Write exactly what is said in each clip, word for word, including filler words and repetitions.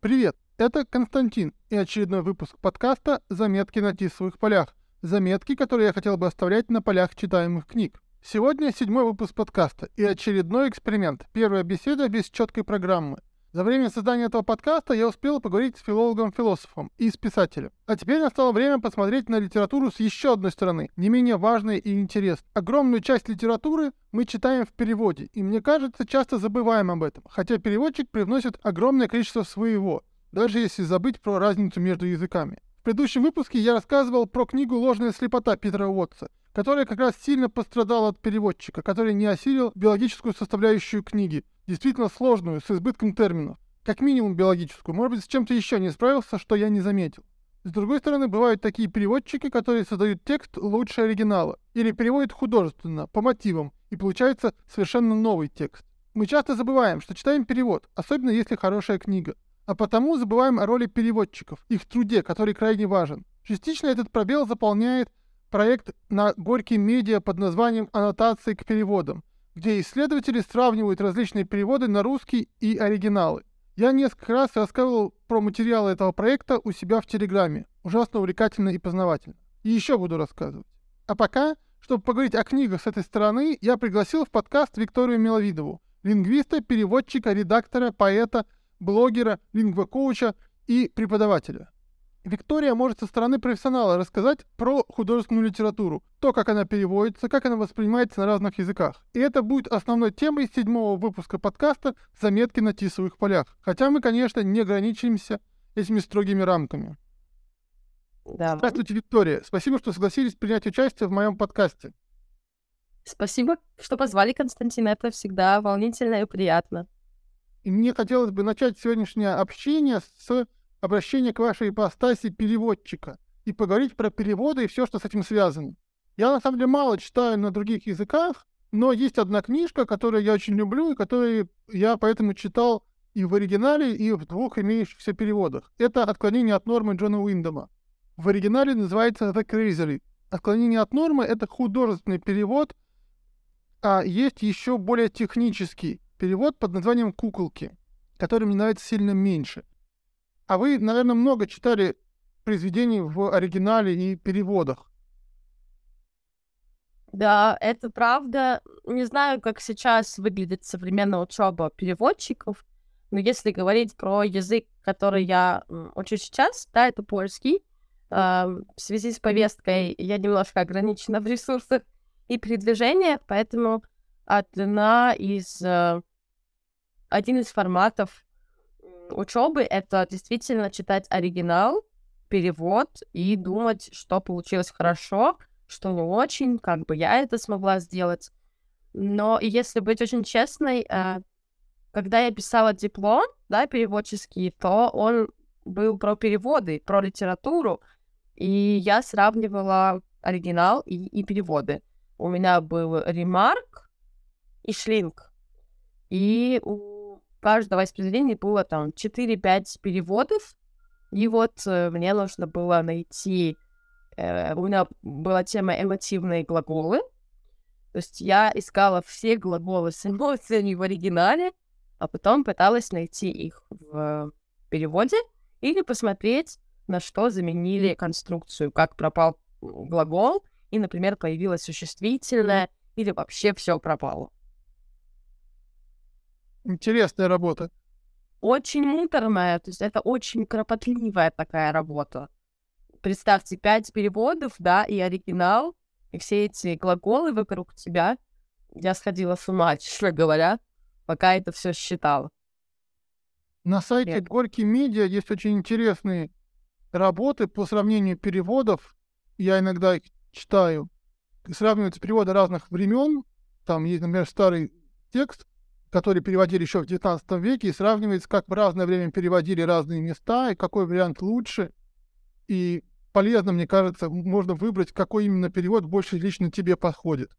Привет, это Константин и очередной выпуск подкаста «Заметки на тисовых полях». Заметки, которые я хотел бы оставлять на полях читаемых книг. Сегодня седьмой выпуск подкаста и очередной эксперимент. Первая беседа без четкой программы. За время создания этого подкаста я успел поговорить с филологом-философом и с писателем. А теперь настало время посмотреть на литературу с еще одной стороны, не менее важной и интересной. Огромную часть литературы мы читаем в переводе, и мне кажется, часто забываем об этом, хотя переводчик привносит огромное количество своего, даже если забыть про разницу между языками. В предыдущем выпуске я рассказывал про книгу «Ложная слепота» Питера Уотса, которая как раз сильно пострадала от переводчика, который не осилил биологическую составляющую книги, действительно сложную, с избытком терминов. Как минимум биологическую, может быть, с чем-то еще не справился, что я не заметил. С другой стороны, бывают такие переводчики, которые создают текст лучше оригинала, или переводят художественно, по мотивам, и получается совершенно новый текст. Мы часто забываем, что читаем перевод, особенно если хорошая книга. А потому забываем о роли переводчиков, их труде, который крайне важен. Частично этот пробел заполняет проект на Горький Медиа под названием «Аннотации к переводам», где исследователи сравнивают различные переводы на русский и оригиналы. Я несколько раз рассказывал про материалы этого проекта у себя в Телеграме. Ужасно увлекательно и познавательно. И еще буду рассказывать. А пока, чтобы поговорить о книгах с этой стороны, я пригласил в подкаст Викторию Миловидову, лингвиста, переводчика, редактора, поэта, блогера, лингвокоуча и преподавателя. Виктория может со стороны профессионала рассказать про художественную литературу, то, как она переводится, как она воспринимается на разных языках. И это будет основной темой седьмого выпуска подкаста «Заметки на тисовых полях». Хотя мы, конечно, не ограничимся этими строгими рамками. Да. Здравствуйте, Виктория. Спасибо, что согласились принять участие в моем подкасте. Спасибо, что позвали, Константин. Это всегда волнительно и приятно. И мне хотелось бы начать сегодняшнее общение с обращения к вашей ипостаси переводчика и поговорить про переводы и все, что с этим связано. Я, на самом деле, мало читаю на других языках, но есть одна книжка, которую я очень люблю, и которую я поэтому читал и в оригинале, и в двух имеющихся переводах. Это «Отклонение от нормы» Джона Уиндома. В оригинале называется «The Crazy». «Отклонение от нормы» — это художественный перевод, а есть еще более технический перевод под названием «Куколки», который мне нравится сильно меньше. А вы, наверное, много читали произведений в оригинале и переводах. Да, это правда. Не знаю, как сейчас выглядит современная учеба переводчиков, но если говорить про язык, который я учу сейчас, да, это польский. В связи с повесткой я немножко ограничена в ресурсах и передвижениях, поэтому одна из, один из форматов учебы — это действительно читать оригинал, перевод и думать, что получилось хорошо, что не очень, как бы я это смогла сделать. Но если быть очень честной, когда я писала диплом, да, переводческий, то он был про переводы, про литературу, и я сравнивала оригинал и, и переводы. У меня был ремарк и шлинг, и у каждого из произведений было там четыре-пять переводов, и вот э, мне нужно было найти, э, у меня была тема эмотивные глаголы, то есть я искала все глаголы с эмоциями в оригинале, а потом пыталась найти их в переводе или посмотреть, на что заменили конструкцию, как пропал глагол, и, например, появилось существительное, или вообще все пропало. Интересная работа. Очень муторная, то есть это очень кропотливая такая работа. Представьте, пять переводов, да, и оригинал, и все эти глаголы вокруг тебя. Я сходила с ума, честно говоря, пока это все считала. На сайте Нет. Горький Медиа есть очень интересные работы по сравнению переводов. Я иногда их читаю. Сравниваются переводы разных времен. Там есть, например, старый текст, который переводили еще в девятнадцатом веке, и сравнивается, как в разное время переводили разные места, и какой вариант лучше. И полезно, мне кажется, можно выбрать, какой именно перевод больше лично тебе подходит.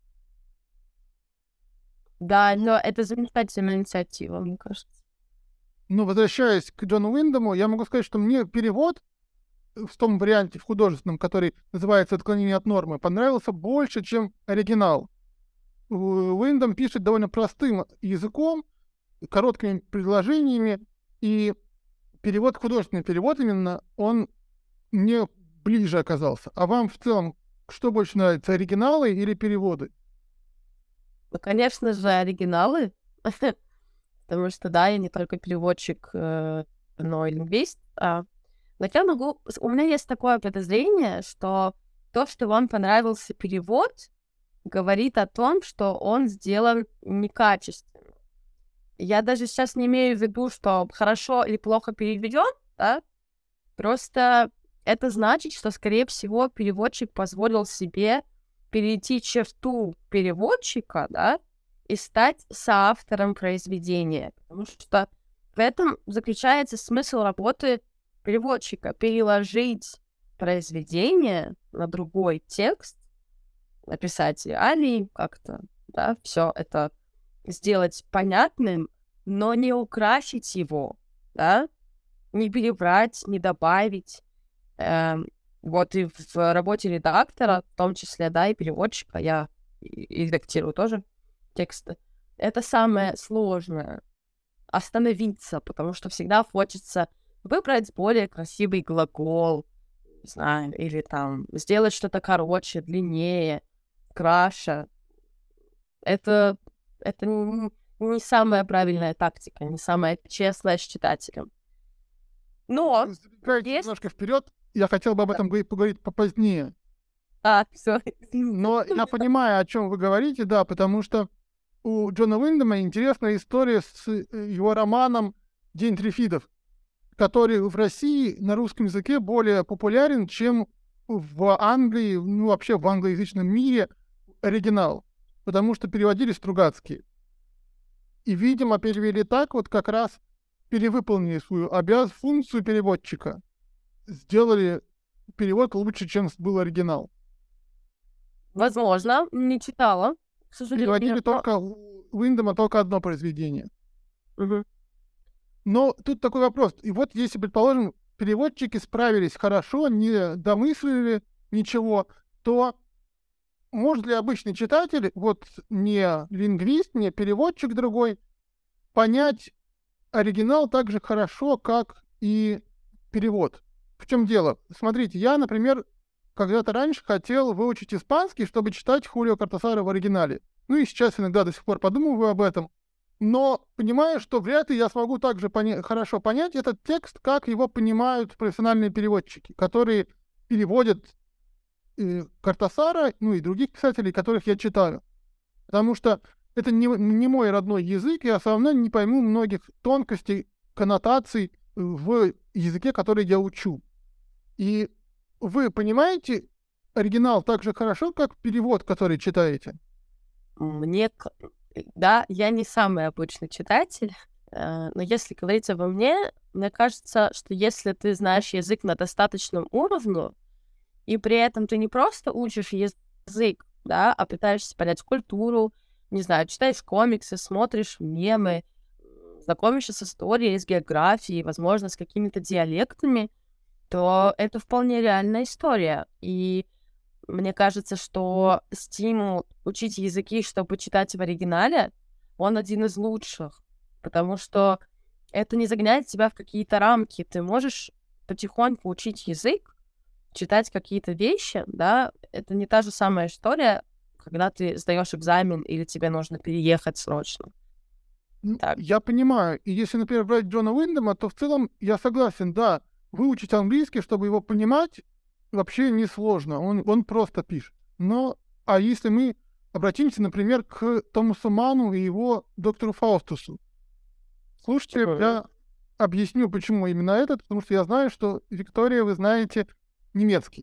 Да, но это замечательная инициатива, мне кажется. Но возвращаясь к Джону Уиндому, я могу сказать, что мне перевод в том варианте, в художественном, который называется «Отклонение от нормы», понравился больше, чем оригинал. Уиндом пишет довольно простым языком, короткими предложениями, и перевод, художественный перевод именно, он мне ближе оказался. А вам в целом что больше нравится, оригиналы или переводы? Ну, конечно же, оригиналы, потому что, да, я не только переводчик, э, но и лингвист. А, но я могу... У меня есть такое подозрение, что то, что вам понравился перевод, говорит о том, что он сделан некачественно. Я даже сейчас не имею в виду, что хорошо или плохо переведен, да? Просто это значит, что, скорее всего, переводчик позволил себе перейти черту переводчика, да, и стать соавтором произведения. Потому что в этом заключается смысл работы переводчика — переложить произведение на другой текст, написать реалии как-то, да, все это сделать понятным, но не украсить его, да, не перебрать, не добавить. Эм, вот и в работе редактора, в том числе, да, и переводчика, я и, и редактирую тоже тексты. Это самое сложное. Остановиться, потому что всегда хочется выбрать более красивый глагол, не знаю, или там сделать что-то короче, длиннее, краше. Это, это не, не самая правильная тактика, не самая честная с читателем. Но Забегаете есть... немножко вперед, я хотел бы об этом говорить, поговорить попозднее. А, все. Но я понимаю, о чем вы говорите, да, потому что у Джона Уиндема интересная история с его романом «День трифидов», который в России на русском языке более популярен, чем в Англии, ну вообще в англоязычном мире оригинал, потому что переводили Стругацкие. И, видимо, перевели так, вот как раз перевыполнили свою обяз функцию переводчика, сделали перевод лучше, чем был оригинал. Возможно, не читала. К сожалению. Переводили только у Уиндема только одно произведение. Угу. Но тут такой вопрос. И вот если, предположим, переводчики справились хорошо, не домыслили ничего, то может ли обычный читатель, вот не лингвист, не переводчик другой, понять оригинал так же хорошо, как и перевод? В чем дело? Смотрите, я, например, когда-то раньше хотел выучить испанский, чтобы читать Хулио Кортасара в оригинале. Ну и сейчас иногда до сих пор подумываю об этом. Но понимаю, что вряд ли я смогу так же поня- хорошо понять этот текст, как его понимают профессиональные переводчики, которые переводят э, Кортасара, ну и других писателей, которых я читаю. Потому что это не, не мой родной язык, я все равно не пойму многих тонкостей, коннотаций в языке, который я учу. И вы понимаете оригинал так же хорошо, как перевод, который читаете? Мне, да, я не самый обычный читатель, но если говорить обо мне, мне кажется, что если ты знаешь язык на достаточном уровне, и при этом ты не просто учишь язык, да, а пытаешься понять культуру, не знаю, читаешь комиксы, смотришь мемы, знакомишься с историей, с географией, возможно, с какими-то диалектами, то это вполне реальная история. И мне кажется, что стимул учить языки, чтобы читать в оригинале, он один из лучших, потому что это не загоняет тебя в какие-то рамки. Ты можешь потихоньку учить язык, читать какие-то вещи, да, это не та же самая история, когда ты сдаешь экзамен или тебе нужно переехать срочно. Так. Я понимаю. И если, например, брать Джона Уиндема, то в целом я согласен, да, выучить английский, чтобы его понимать, вообще несложно. Он, он просто пишет. Но, а если мы обратимся, например, к Томасу Ману и его доктору Фаустусу. Слушайте, uh-huh. я объясню, почему именно этот, потому что я знаю, что, Виктория, вы знаете немецкий.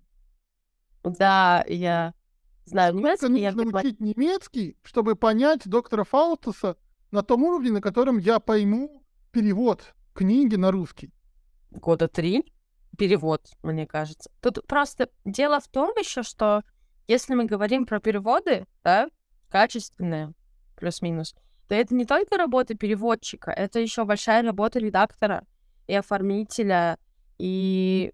Да, я знаю немецкий. Нужно я учить немецкий, чтобы понять доктора Фаустуса на том уровне, на котором я пойму перевод книги на русский. Года три перевод, мне кажется. Тут просто дело в том еще, что если мы говорим про переводы, да, качественные, плюс-минус, то это не только работа переводчика, это еще большая работа редактора и оформителя, и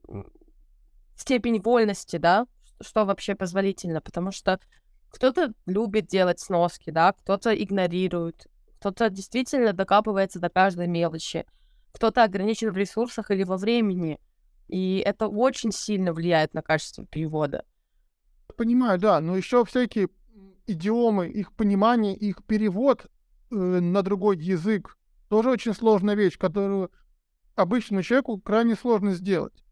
степень вольности, да, что вообще позволительно, потому что кто-то любит делать сноски, да, кто-то игнорирует, кто-то действительно докапывается до каждой мелочи. кто-то ограничен в ресурсах или во времени, и это очень сильно влияет на качество перевода. Понимаю, да, но еще всякие идиомы, их понимание, их перевод э, на другой язык тоже очень сложная вещь, которую обычному человеку крайне сложно сделать.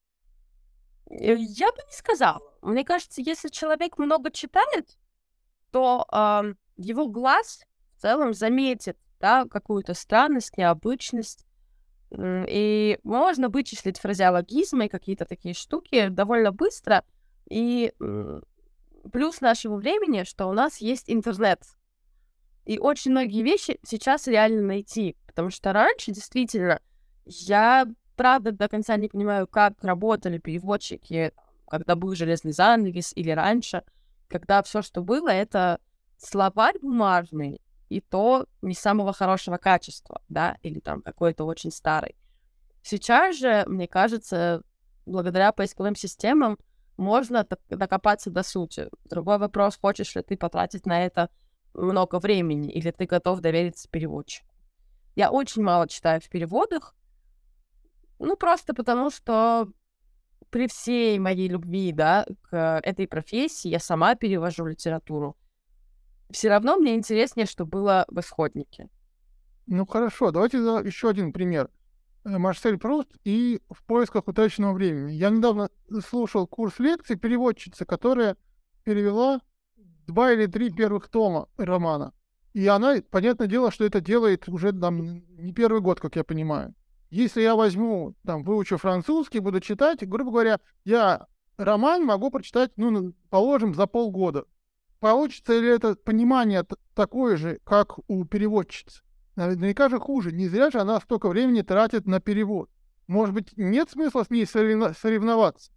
Э, Я бы не сказала. Мне кажется, если человек много читает, то ам, его глаз в целом заметит, да, какую-то странность, необычность. М, И можно вычислить фразеологизмы и какие-то такие штуки довольно быстро. И м, плюс нашего времени, что у нас есть интернет. И очень многие вещи сейчас реально найти. Потому что раньше, действительно, я, правда, до конца не понимаю, как работали переводчики, когда был железный занавес или раньше, когда все, что было, это словарь бумажный, и то не самого хорошего качества, да, или там какой-то очень старый. Сейчас же, мне кажется, благодаря поисковым системам можно д- докопаться до сути. Другой вопрос, хочешь ли ты потратить на это много времени, или ты готов довериться переводчику. Я очень мало читаю в переводах, ну, просто потому что при всей моей любви, да, к этой профессии, я сама перевожу литературу, все равно мне интереснее, что было в исходнике. Ну хорошо, давайте за- еще один пример. Э, Марсель Пруст и «В поисках утраченного времени». Я недавно слушал курс лекций переводчицы, которая перевела два или три первых тома романа. И она, понятное дело, что это делает уже там не первый год, как я понимаю. Если я возьму, там, выучу французский, буду читать, грубо говоря, я роман могу прочитать, ну, ну, положим, за полгода. Получится ли это понимание т- такое же, как у переводчицы? Наверняка же хуже. Не зря же она столько времени тратит на перевод. Может быть, нет смысла с ней соревно- соревноваться?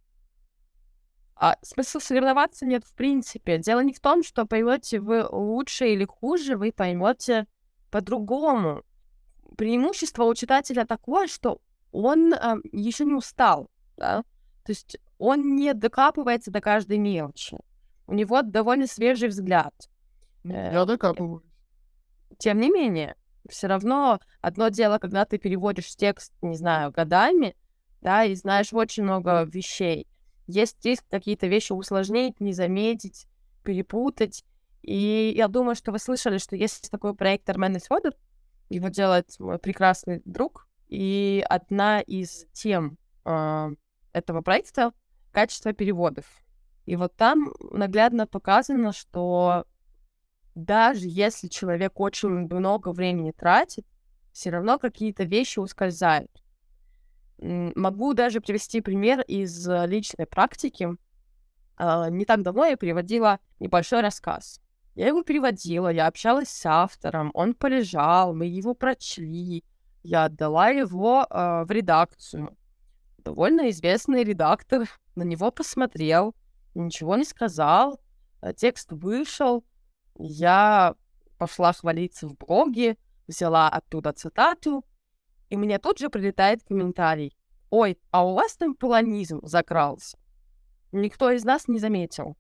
А смысла соревноваться нет в принципе. Дело не в том, что поймете вы лучше или хуже, вы поймете по-другому. Преимущество у читателя такое, что он еще не устал, да? То есть он не докапывается до каждой мелочи. У него довольно свежий взгляд. Ну, Э, я докапываюсь. Тем не менее, все равно одно дело, когда ты переводишь текст, не знаю, годами, да, и знаешь очень много вещей. Есть риск какие-то вещи усложнить, не заметить, перепутать. И я думаю, что вы слышали, что есть такой проект Армен Исфодов, его делает мой прекрасный друг. И одна из тем а, этого проекта — качество переводов. И вот там наглядно показано, что даже если человек очень много времени тратит, все равно какие-то вещи ускользают. М, Могу даже привести пример из э, личной практики. А, Не так давно я переводила небольшой рассказ. Я его переводила, я общалась с автором, он полежал, мы его прочли, я отдала его а, в редакцию. Довольно известный редактор на него посмотрел, ничего не сказал, а текст вышел, я пошла хвалиться в блоге, взяла оттуда цитату, и мне тут же прилетает комментарий: «Ой, а у вас там полонизм закрался. Никто из нас не заметил».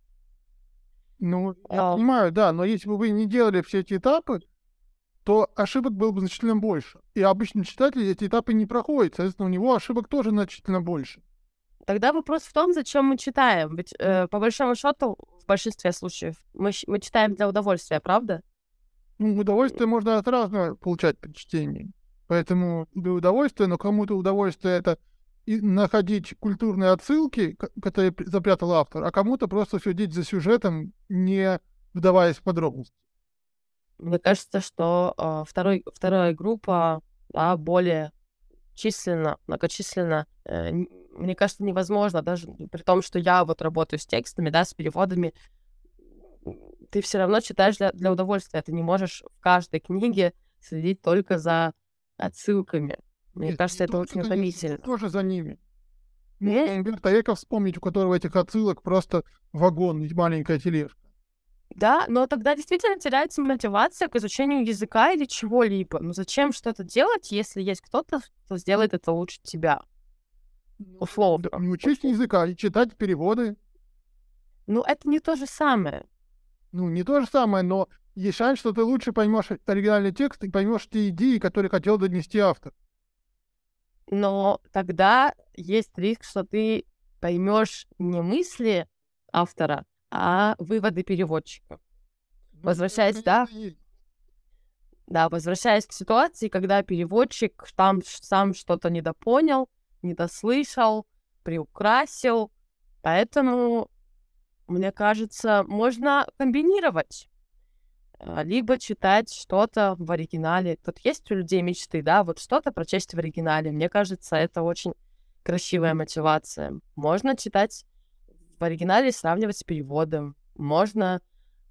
Ну, я А, понимаю, да, но если бы вы не делали все эти этапы, то ошибок было бы значительно больше. И обычный читатель эти этапы не проходит, соответственно, у него ошибок тоже значительно больше. Тогда вопрос в том, зачем мы читаем. Ведь, э, по большому счету, в большинстве случаев мы, щ- мы читаем для удовольствия, правда? Ну, удовольствие можно от разного получать при чтении. Поэтому для удовольствия, но кому-то удовольствие это и находить культурные отсылки, к- которые при- запрятал автор, а кому-то просто следить за сюжетом, не вдаваясь в подробности. Мне кажется, что э, второй, вторая группа, да, более численно, многочисленно, э, н- мне кажется, невозможно, даже при том, что я вот работаю с текстами, да, с переводами, м, ты все равно читаешь для, для удовольствия. Ты не можешь в каждой книге следить только за отсылками. Мне Нет, не кажется, это только, очень конечно, но утомительно. тоже за ними. М? Можно Умберто Эко вспомнить, у которого этих отсылок просто вагон и маленькая тележка. Да, но тогда действительно теряется мотивация к изучению языка или чего-либо. Ну зачем что-то делать, если есть кто-то, кто сделает это лучше тебя? Ну, да, Условно. не учить языка, и читать переводы. Ну, это не то же самое. Ну, не то же самое, но есть шанс, что ты лучше поймешь оригинальный текст и поймешь те идеи, которые хотел донести автор. но тогда есть риск, что ты поймешь не мысли автора, а выводы переводчика. Возвращаясь, да, да, возвращаясь к ситуации, когда переводчик там сам что-то недопонял, недослышал, приукрасил. Поэтому, мне кажется, можно комбинировать. А, Либо читать что-то в оригинале. Тут есть у людей мечты, да, вот что-то прочесть в оригинале. Мне кажется, это очень красивая мотивация. Можно читать в оригинале и сравнивать с переводом. Можно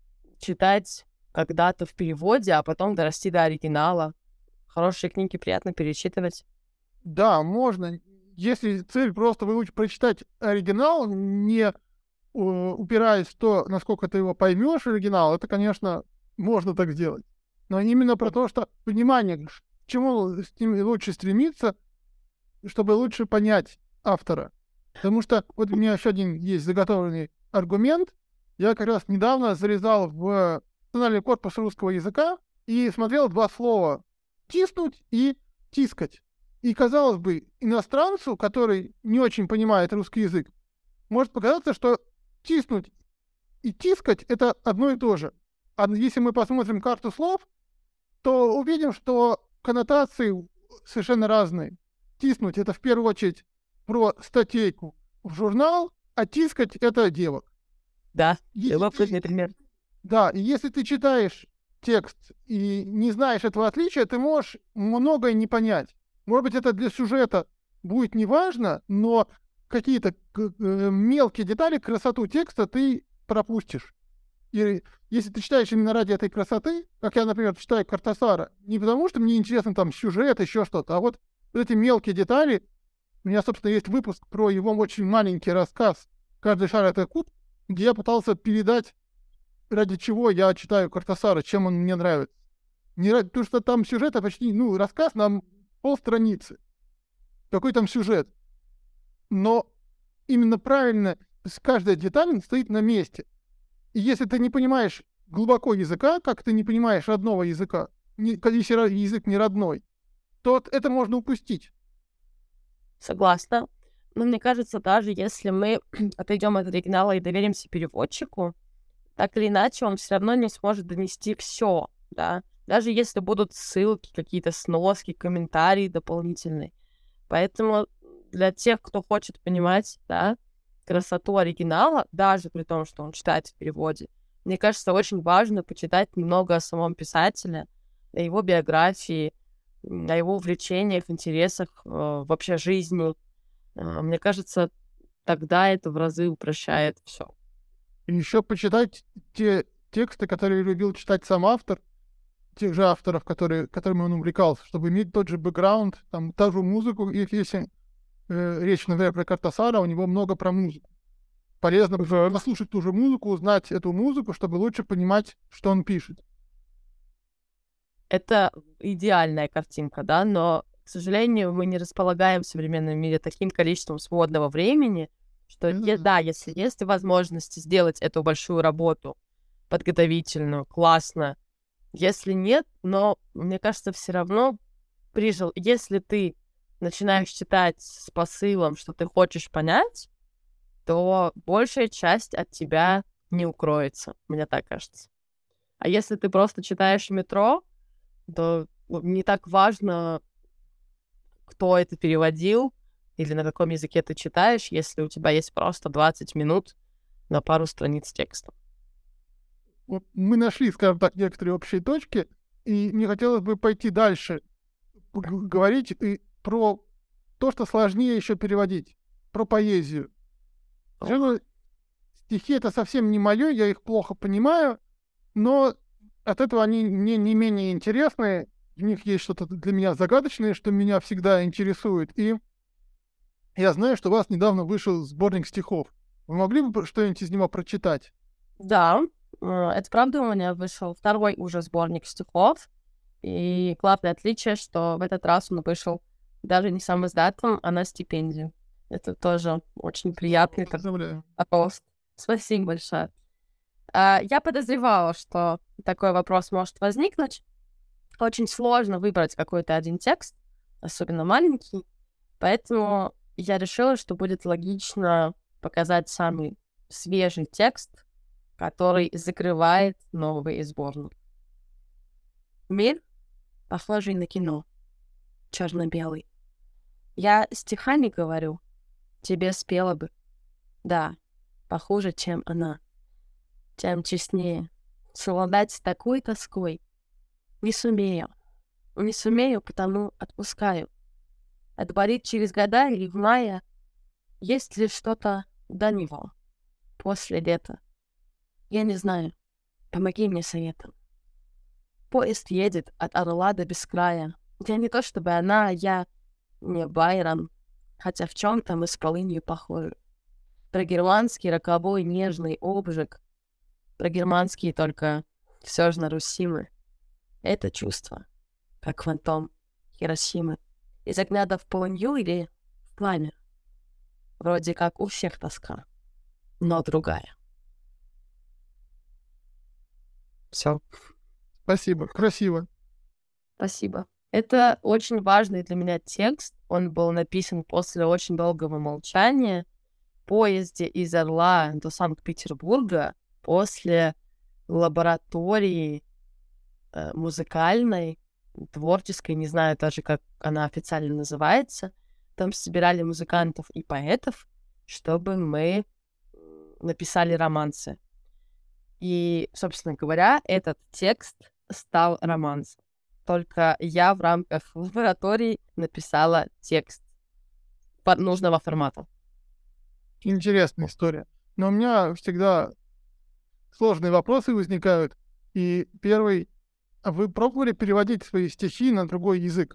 читать когда-то в переводе, а потом дорасти до оригинала. Хорошие книги приятно перечитывать. Да, можно. Если цель просто выучить, прочитать оригинал, не э, упираясь в то, насколько ты его поймешь, оригинал, это, конечно, можно так сделать. Но именно про то, что понимание, к чему с ним лучше стремиться, чтобы лучше понять автора. Потому что вот у меня еще один есть заготовленный аргумент. Я как раз недавно залезал в национальный корпус русского языка и смотрел два слова «тиснуть» и «тискать». И, казалось бы, иностранцу, который не очень понимает русский язык, может показаться, что «тиснуть» и «тискать» — это одно и то же. А если мы посмотрим карту слов, то увидим, что коннотации совершенно разные. Тиснуть — это в первую очередь про статейку в журнал, а тискать — это девок. Да, Если любопытный ты- пример. Да, и если ты читаешь текст и не знаешь этого отличия, ты можешь многое не понять. Может быть, это для сюжета будет неважно, но какие-то к- э, мелкие детали, красоту текста ты пропустишь. И если ты читаешь именно ради этой красоты, как я, например, читаю Картасара, не потому что мне интересен там сюжет, еще что-то, а вот эти мелкие детали. У меня, собственно, есть выпуск про его очень маленький рассказ «Каждый шар — это куб», где я пытался передать, ради чего я читаю Картасара, чем он мне нравится. Не ради, потому что там сюжета почти, ну, рассказ на полстраницы. Какой там сюжет? Но именно правильно с каждой деталью стоит на месте. И если ты не понимаешь глубоко языка, как ты не понимаешь родного языка, не, если ра- язык не родной, то это можно упустить. Согласна. Но мне кажется, даже если мы отойдем от оригинала и доверимся переводчику, так или иначе он все равно не сможет донести все, да. Даже если будут ссылки, какие-то сноски, комментарии дополнительные. Поэтому для тех, кто хочет понимать, да, красоту оригинала, даже при том, что он читает в переводе, мне кажется, очень важно почитать немного о самом писателе, о его биографии, м, о его увлечениях, интересах, э, вообще жизни. Э, Мне кажется, тогда это в разы упрощает все. И еще почитать те тексты, которые любил читать сам автор, тех же авторов, которые, которыми он увлекался, чтобы иметь тот же бэкграунд, там, та же музыку, и если э, речь, например, про Картасара, у него много про музыку. Полезно послушать ту же музыку, узнать эту музыку, чтобы лучше понимать, что он пишет. Это идеальная картинка, да, но, к сожалению, мы не располагаем в современном мире таким количеством свободного времени, что, е- Мгм. да, если есть возможность сделать эту большую работу подготовительную, классно. Если нет, но, мне кажется, все равно прижил, если ты начинаешь читать с посылом, что ты хочешь понять, то большая часть от тебя не укроется, мне так кажется. А если ты просто читаешь в метро, то ну, не так важно, кто это переводил или на каком языке ты читаешь, если у тебя есть просто двадцать минут на пару страниц текста. Вот мы нашли, скажем так, некоторые общие точки, и мне хотелось бы пойти дальше, г- говорить и про то, что сложнее еще переводить, про поэзию. Совершенно стихи — это совсем не мое, я их плохо понимаю, но от этого они мне не менее интересны, в них есть что-то для меня загадочное, что меня всегда интересует. И я знаю, что у вас недавно вышел сборник стихов. Вы могли бы что-нибудь из него прочитать? Да, э, это правда, у меня вышел второй уже сборник стихов, и главное отличие, что в этот раз он вышел даже не сам издатом, а на стипендию. Это тоже очень приятный такой Поздравляю. рост. Спасибо большое. А, Я подозревала, что такой вопрос может возникнуть. Очень сложно выбрать какой-то один текст, особенно маленький. Поэтому я решила, что будет логично показать самый свежий текст, который закрывает новый сборник. Мир, похожий на кино, черно-белый. Я стихами говорю, тебе спела бы. Да, похуже, чем она. Тем честнее. Совладать с такой тоской не сумею. Не сумею, потому отпускаю. Отборить через года или в мае, есть ли что-то до него, после лета. Я не знаю, помоги мне советом. Поезд едет от Орла до Бескрая. Я не то чтобы она, а я не Байрон, хотя в чем-то мы с полынью похожи. Про германский роковой нежный обжиг, про германские только все же на Руси мы. Это чувство, как фантом Хиросимы. Из огня в полынью или в пламя. Вроде как у всех тоска, но другая. Все. Спасибо, красиво. Спасибо. Это очень важный для меня текст. Он был написан после очень долгого молчания в поезде из Орла до Санкт-Петербурга после лаборатории э, музыкальной, творческой, не знаю даже, как она официально называется. Там собирали музыкантов и поэтов, чтобы мы написали романсы. И, собственно говоря, этот текст стал романсом. Только я в рамках лаборатории написала текст по нужного формата. Интересная история. Но у меня всегда сложные вопросы возникают. И первый, а вы пробовали переводить свои стихи на другой язык?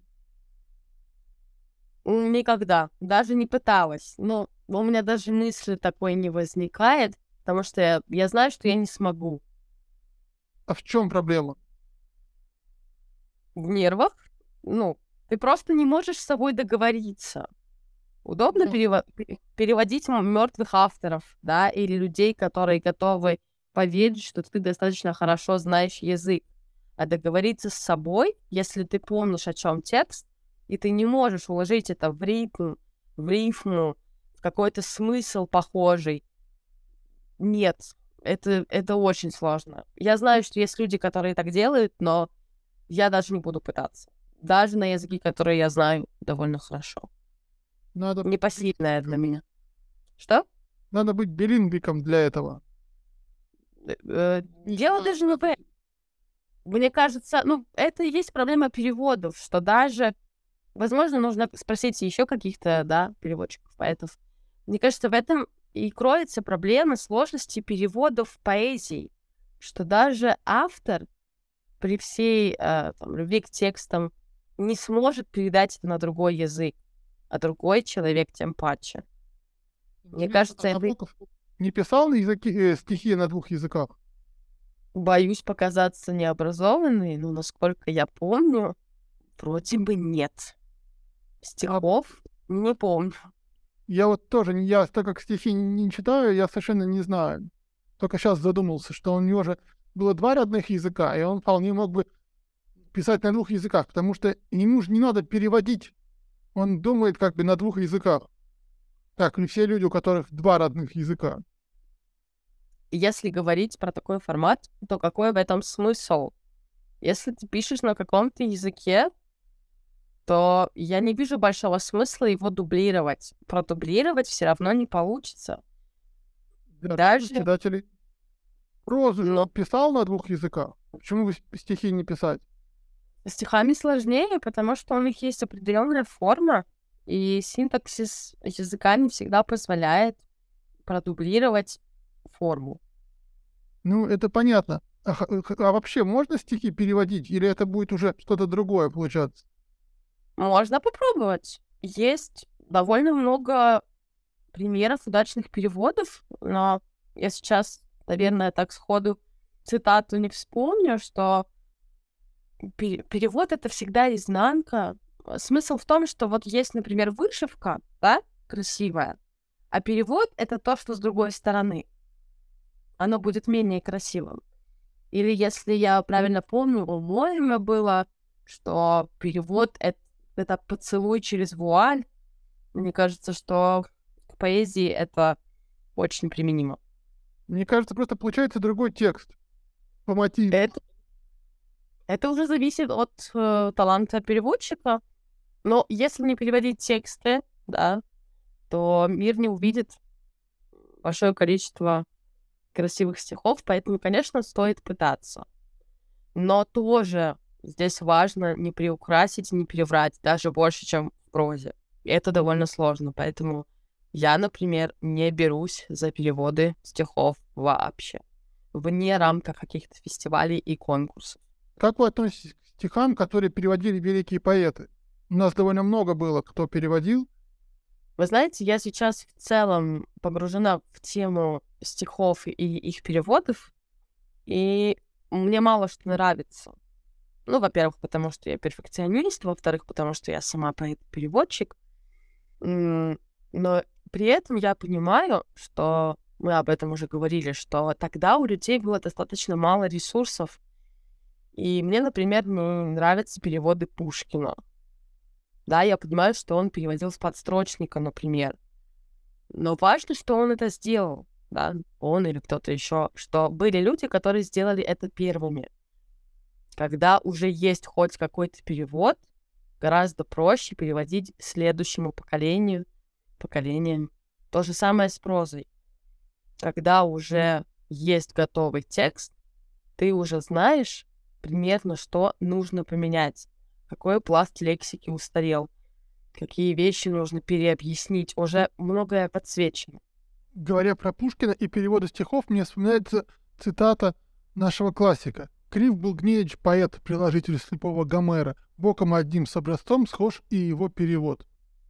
Никогда. Даже не пыталась. Но у меня даже мысли такой не возникает, потому что я, я знаю, что я не смогу. А в чем проблема? В нервах. Ну, ты просто не можешь с собой договориться. Удобно Ну. перево- пе- переводить мертвых авторов, да, или людей, которые готовы поверить, что ты достаточно хорошо знаешь язык. А договориться с собой, если ты помнишь, о чем текст, и ты не можешь уложить это в ритм, в рифму, в какой-то смысл похожий. Нет, это, это очень сложно. Я знаю, что есть люди, которые так делают, но я даже не буду пытаться. Даже на языке, который я знаю довольно хорошо. Надо, Непосильное для меня. Что? надо быть билингвиком для этого. Э, э, Дело даже не в этом. Мне кажется, ну, это и есть проблема переводов, что даже, возможно, нужно спросить еще каких-то, да, переводчиков, поэтов. Мне кажется, в этом и кроется проблема сложности переводов поэзии, что даже автор при всей э, там, любви к текстам не сможет передать это на другой язык, а другой человек тем паче. Мне кажется, я бы- Набоков не писал на языке, э, стихи на двух языках? боюсь показаться необразованной, но, насколько я помню, вроде бы нет. Стихов не помню. Я вот тоже, не- я так как стихи не читаю, я совершенно не знаю. Только сейчас задумался, что у него же было два родных языка, и он вполне мог бы писать на двух языках, потому что ему же не надо переводить. Он думает как бы на двух языках. Так, не все люди, у которых два родных языка. Если говорить про такой формат, то какой в этом смысл? Если ты пишешь на каком-то языке, то я не вижу большого смысла его дублировать. Продублировать все равно не получится. Для Даже- читателей. Прозу Но- он писал на двух языках. Почему бы с- стихи не писать? Стихами сложнее, потому что у них есть определенная форма, и синтаксис языка не всегда позволяет продублировать форму. Ну, это понятно. А, х- х- а вообще можно стихи переводить? Или это будет уже что-то другое получаться? Можно попробовать. Есть довольно много примеров удачных переводов, но я сейчас, наверное, так сходу цитату не вспомню, что пе- перевод — это всегда изнанка. Смысл в том, что вот есть, например, вышивка, да, красивая, а перевод — это то, что с другой стороны. Оно будет менее красивым. Или, если я правильно помню, у Мойрема было, что перевод — это, это поцелуй через вуаль, Мне кажется, что к поэзии это очень применимо. Мне кажется, просто получается другой текст по мотиву. Это, это уже зависит от э, таланта переводчика. Но если не переводить тексты, да, то мир не увидит большое количество красивых стихов, поэтому, конечно, стоит пытаться. Но тоже здесь важно не приукрасить, не переврать, даже больше, чем в прозе. И это довольно сложно, поэтому я, например, не берусь за переводы стихов вообще, вне рамка каких-то фестивалей и конкурсов. Как вы относитесь к стихам, которые переводили великие поэты? У нас довольно много было, кто переводил. Вы знаете, я сейчас в целом погружена в тему стихов и их переводов, и мне мало что нравится. Ну, во-первых, потому что я перфекционист, во-вторых, потому что я сама поэт-переводчик. Но при этом я понимаю, что мы об этом уже говорили, что тогда у людей было достаточно мало ресурсов. И мне, например, не нравятся переводы Пушкина. Да, я понимаю, что он переводил с подстрочника, например. Но важно, что он это сделал, да, он или кто-то еще, что были люди, которые сделали это первыми. Когда уже есть хоть какой-то перевод, гораздо проще переводить следующему поколению, поколениям. То же самое с прозой. Когда уже есть готовый текст, ты уже знаешь примерно, что нужно поменять, какой пласт лексики устарел, какие вещи нужно переобъяснить, уже многое подсвечено. Говоря про Пушкина и переводы стихов, мне вспоминается цитата нашего классика. «Крив был Гнедич, поэт, приложитель слепого Гомера. Боком одним с образцом схож и его перевод».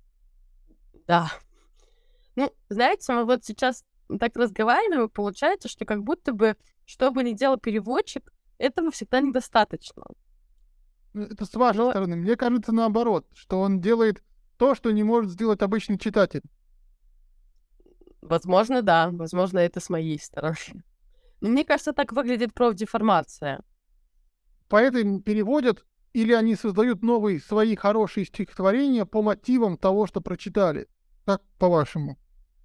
Да. Ну, знаете, мы вот сейчас так разговариваем, и получается, что как будто бы, что бы ни делал переводчик, этого всегда недостаточно. Это с вашей Но... стороны. Мне кажется, наоборот, что он делает то, что не может сделать обычный читатель. Возможно, да. Возможно, это с моей стороны. Но мне кажется, так выглядит профдеформация. Поэты переводят или они создают новые свои хорошие стихотворения по мотивам того, что прочитали. Как по-вашему?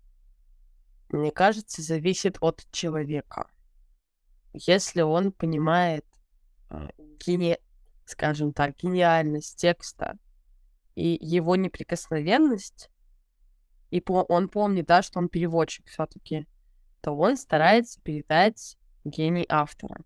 Мне кажется, зависит от человека. Если он понимает гени... скажем так, гениальность текста и его неприкосновенность, и по... он помнит, да, что он переводчик все-таки, то он старается передать гений автора.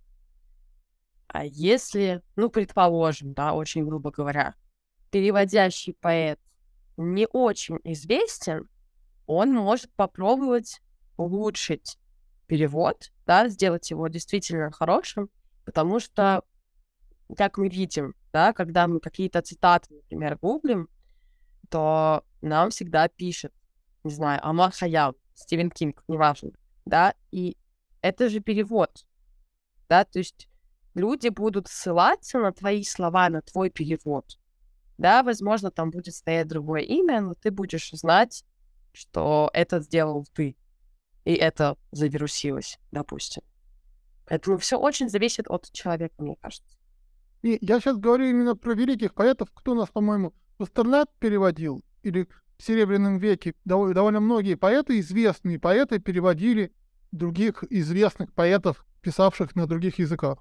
А если, ну, предположим, да, очень грубо говоря, переводящий поэт не очень известен, он может попробовать улучшить перевод, да, сделать его действительно хорошим, потому что, как мы видим, да, когда мы какие-то цитаты, например, гуглим, то нам всегда пишет, не знаю, Омар Хайям, Стивен Кинг, неважно, да, и это же перевод, да, то есть люди будут ссылаться на твои слова, на твой перевод. Да, возможно, там будет стоять другое имя, но ты будешь знать, что это сделал ты, и это завирусилось, допустим. Поэтому все очень зависит от человека, мне кажется. И я сейчас говорю именно про великих поэтов. Кто у нас, по-моему, Пастернак переводил, или в Серебряном веке дов- довольно многие поэты, известные поэты, переводили других известных поэтов, писавших на других языках.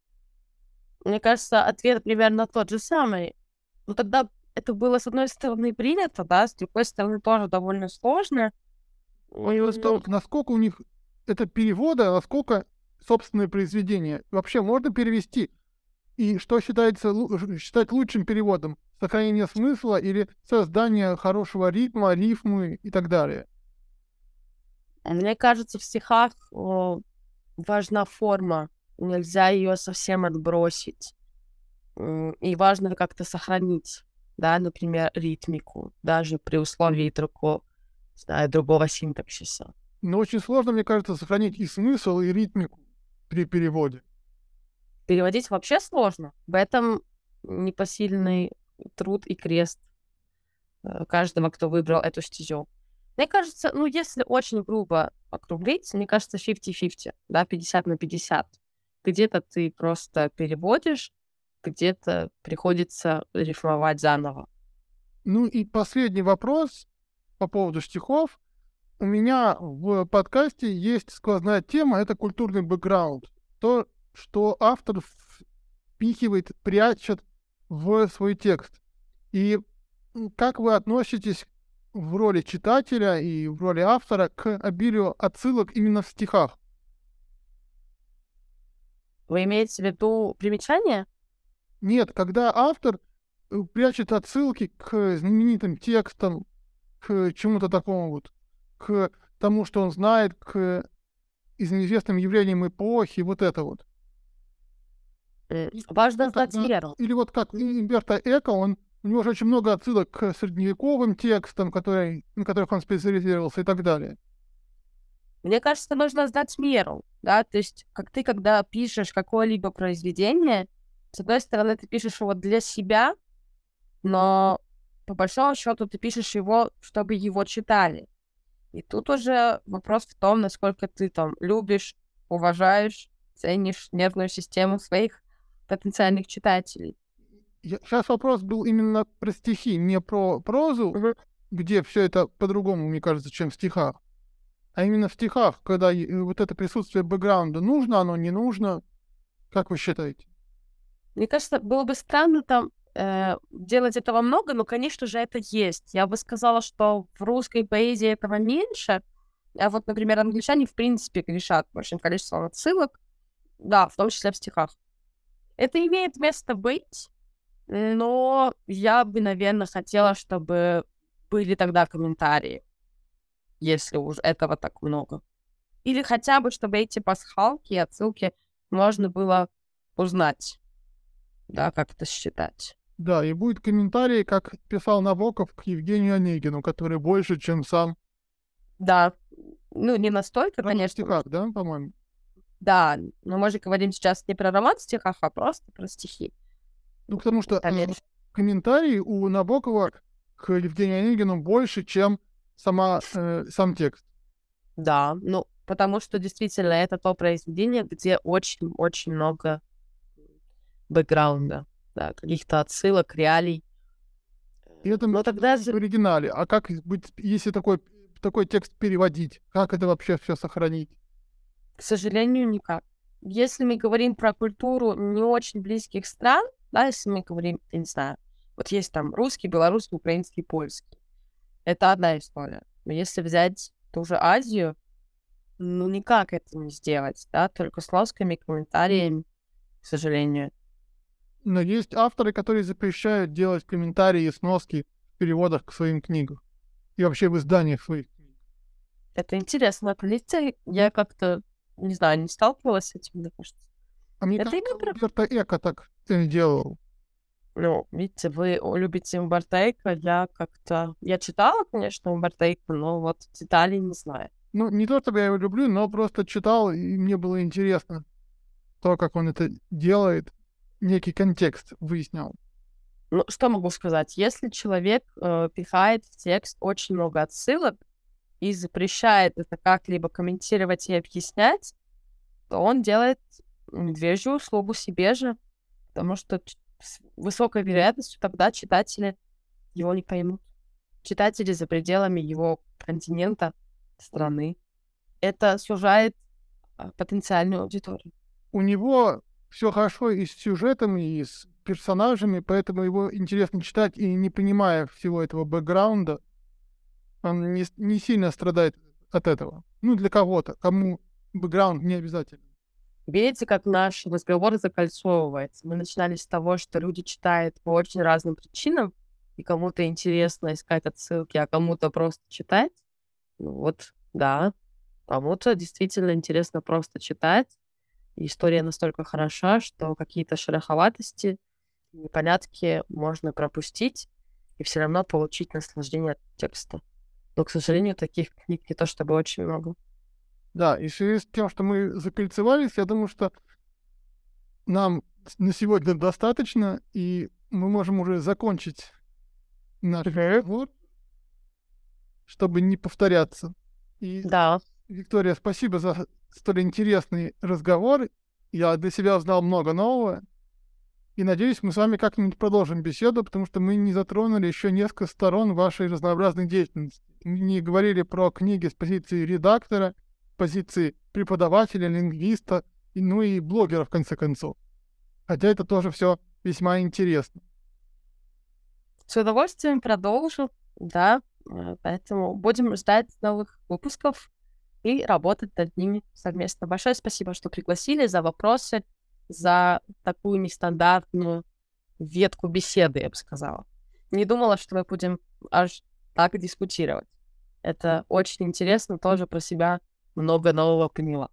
Мне кажется, ответ примерно тот же самый. Ну, тогда это было, с одной стороны, принято, да, с другой стороны, тоже довольно сложно. Вопрос в том, насколько у них это переводы, а насколько собственное произведение. Вообще можно перевести? И что считается лу- считать лучшим переводом? Сохранение смысла или создание хорошего ритма, рифмы и так далее? Мне кажется, в стихах о, важна форма. Нельзя ее совсем отбросить. М, И важно как-то сохранить, да, например, ритмику, даже при условии другого, знаю, другого синтаксиса. Но очень сложно, мне кажется, сохранить и смысл, и ритмику при переводе. Переводить вообще сложно. В этом непосильный труд и крест э, каждого, кто выбрал эту стезю. Мне кажется, ну, если очень грубо округлить, мне кажется, фифти-фифти, да, пятьдесят на пятьдесят. Где-то ты просто переводишь, где-то приходится рифмовать заново. Ну и последний вопрос. по поводу стихов. У меня в подкасте есть сквозная тема, это культурный бэкграунд. То, что автор впихивает, прячет в свой текст. И как вы относитесь в роли читателя и в роли автора к обилию отсылок именно в стихах? Вы имеете в виду примечания? Нет, когда автор прячет отсылки к знаменитым текстам, к чему-то такому вот, к тому, что он знает, к известным явлениям эпохи, вот это вот. Важно знать меру. Или вот как Умберто Эко, он, у него же очень много отсылок к средневековым текстам, которые, на которых он специализировался и так далее. Мне кажется, нужно знать меру, да, то есть как ты, когда пишешь какое-либо произведение, с одной стороны, ты пишешь его для себя, но по большому счету ты пишешь его, чтобы его читали. И тут уже вопрос в том, насколько ты там любишь, уважаешь, ценишь нервную систему своих потенциальных читателей. Я, сейчас вопрос был именно про стихи, не про прозу, угу. где все это по-другому, мне кажется, чем в стихах. А именно в стихах, когда вот это присутствие бэкграунда, нужно оно, не нужно? Как вы считаете? Мне кажется, было бы странно там э, делать этого много, но, конечно же, это есть. Я бы сказала, что в русской поэзии этого меньше, а вот, например, англичане, в принципе, грешат большим количеством отсылок, да, в том числе в стихах. Это имеет место быть, но я бы, наверное, хотела, чтобы были тогда комментарии, если уж этого так много. Или хотя бы, чтобы эти пасхалки и отсылки можно было узнать, да, как это считать. Да, и будет комментарий, как писал Набоков к Евгению Онегину, который больше, чем сам. Да, ну, не настолько, роман конечно. В стихах, да, по-моему? Да, но мы же говорим сейчас не про роман в стихах, а просто про стихи. Ну, потому что Конечно. комментарий у Набокова к Евгению Онегину больше, чем сама, э, сам текст. Да, ну, потому что действительно это то произведение, где очень-очень много бэкграунда, да, каких-то отсылок, реалий. И это но тогда в оригинале. А как быть, если такой, такой текст переводить? Как это вообще все сохранить? К сожалению, никак. Если мы говорим про культуру не очень близких стран, да, если мы говорим, я не знаю, вот есть там русский, белорусский, украинский, польский. Это одна история. Но если взять ту же Азию, ну, никак это не сделать, да, только с ласками, комментариями, к сожалению. Но есть авторы, которые запрещают делать комментарии и сноски в переводах к своим книгам. И вообще в изданиях своих книг. Это интересно. Видите, я как-то, не знаю, не сталкивалась с этим, мне кажется. А мне это кажется, Умберто Эко так делал. Ну, видите, вы любите Умберто Эко, я как-то... Я читала, конечно, Умберто Эко, но вот деталей не знаю. Ну, не то, чтобы я его люблю, но просто читал, и мне было интересно то, как он это делает, некий контекст выяснял. Ну, что могу сказать? Если человек э, пихает в текст очень много отсылок и запрещает это как-либо комментировать и объяснять, то он делает медвежью услугу себе же, потому что с высокой вероятностью тогда читатели его не поймут. Читатели за пределами его континента, страны. Это сужает а, потенциальную аудиторию. У него все хорошо и с сюжетом, и с персонажами, поэтому его интересно читать, и не понимая всего этого бэкграунда, он не, не сильно страдает от этого. Ну, для кого-то, кому бэкграунд не обязательно. Видите, как наш разговор закольцовывается. Мы начинали с того, что люди читают по очень разным причинам, и кому-то интересно искать отсылки, а кому-то просто читать. Ну вот, да, кому-то действительно интересно просто читать. И история настолько хороша, что какие-то шероховатости, непонятки можно пропустить и все равно получить наслаждение от текста. Но, к сожалению, таких книг не то чтобы очень много. Да, и в связи с тем, что мы закольцевались, я думаю, что нам на сегодня достаточно, и мы можем уже закончить наш разговор, чтобы не повторяться. И, да. Виктория, спасибо за столь интересный разговор. Я для себя узнал много нового. И надеюсь, мы с вами как-нибудь продолжим беседу, потому что мы не затронули еще несколько сторон вашей разнообразной деятельности. не говорили про книги с позиции редактора, позиции преподавателя, лингвиста, и- ну и блогера, в конце концов. Хотя это тоже все весьма интересно. С удовольствием продолжу, да. э, Поэтому будем ждать новых выпусков и работать над ними совместно. Большое спасибо, что пригласили, за вопросы, за такую нестандартную ветку беседы, я бы сказала. Не думала, что мы будем аж так дискутировать. Это очень интересно, тоже про себя много нового поняла.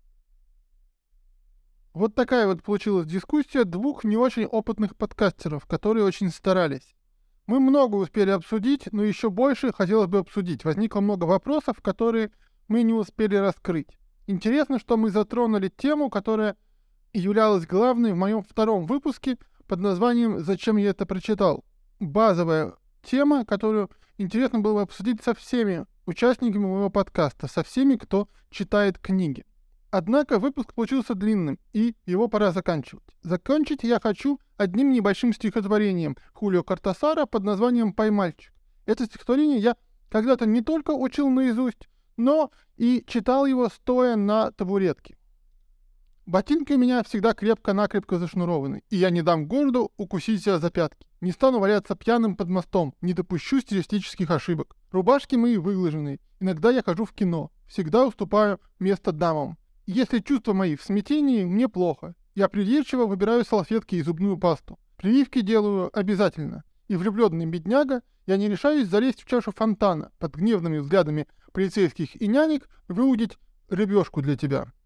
Вот такая вот получилась дискуссия двух не очень опытных подкастеров, которые очень старались. Мы много успели обсудить, но еще больше хотелось бы обсудить. Возникло много вопросов, которые мы не успели раскрыть. Интересно, что мы затронули тему, которая являлась главной в моем втором выпуске под названием «Зачем я это прочитал?». Базовая тема, которую интересно было бы обсудить со всеми участниками моего подкаста, со всеми, кто читает книги. Однако выпуск получился длинным, и его пора заканчивать. Закончить я хочу одним небольшим стихотворением Хулио Кортасара под названием «Поймальчик». Это стихотворение я когда-то не только учил наизусть, но и читал его, стоя на табуретке. Ботинки у меня всегда крепко-накрепко зашнурованы, и я не дам городу укусить себя за пятки. Не стану валяться пьяным под мостом, не допущу стилистических ошибок. Рубашки мои выглаженные, иногда я хожу в кино, всегда уступаю место дамам. И если чувства мои в смятении, мне плохо. Я придирчиво выбираю салфетки и зубную пасту. Прививки делаю обязательно. И влюбленный бедняга, я не решаюсь залезть в чашу фонтана, под гневными взглядами полицейских и нянек выудить рыбешку для тебя.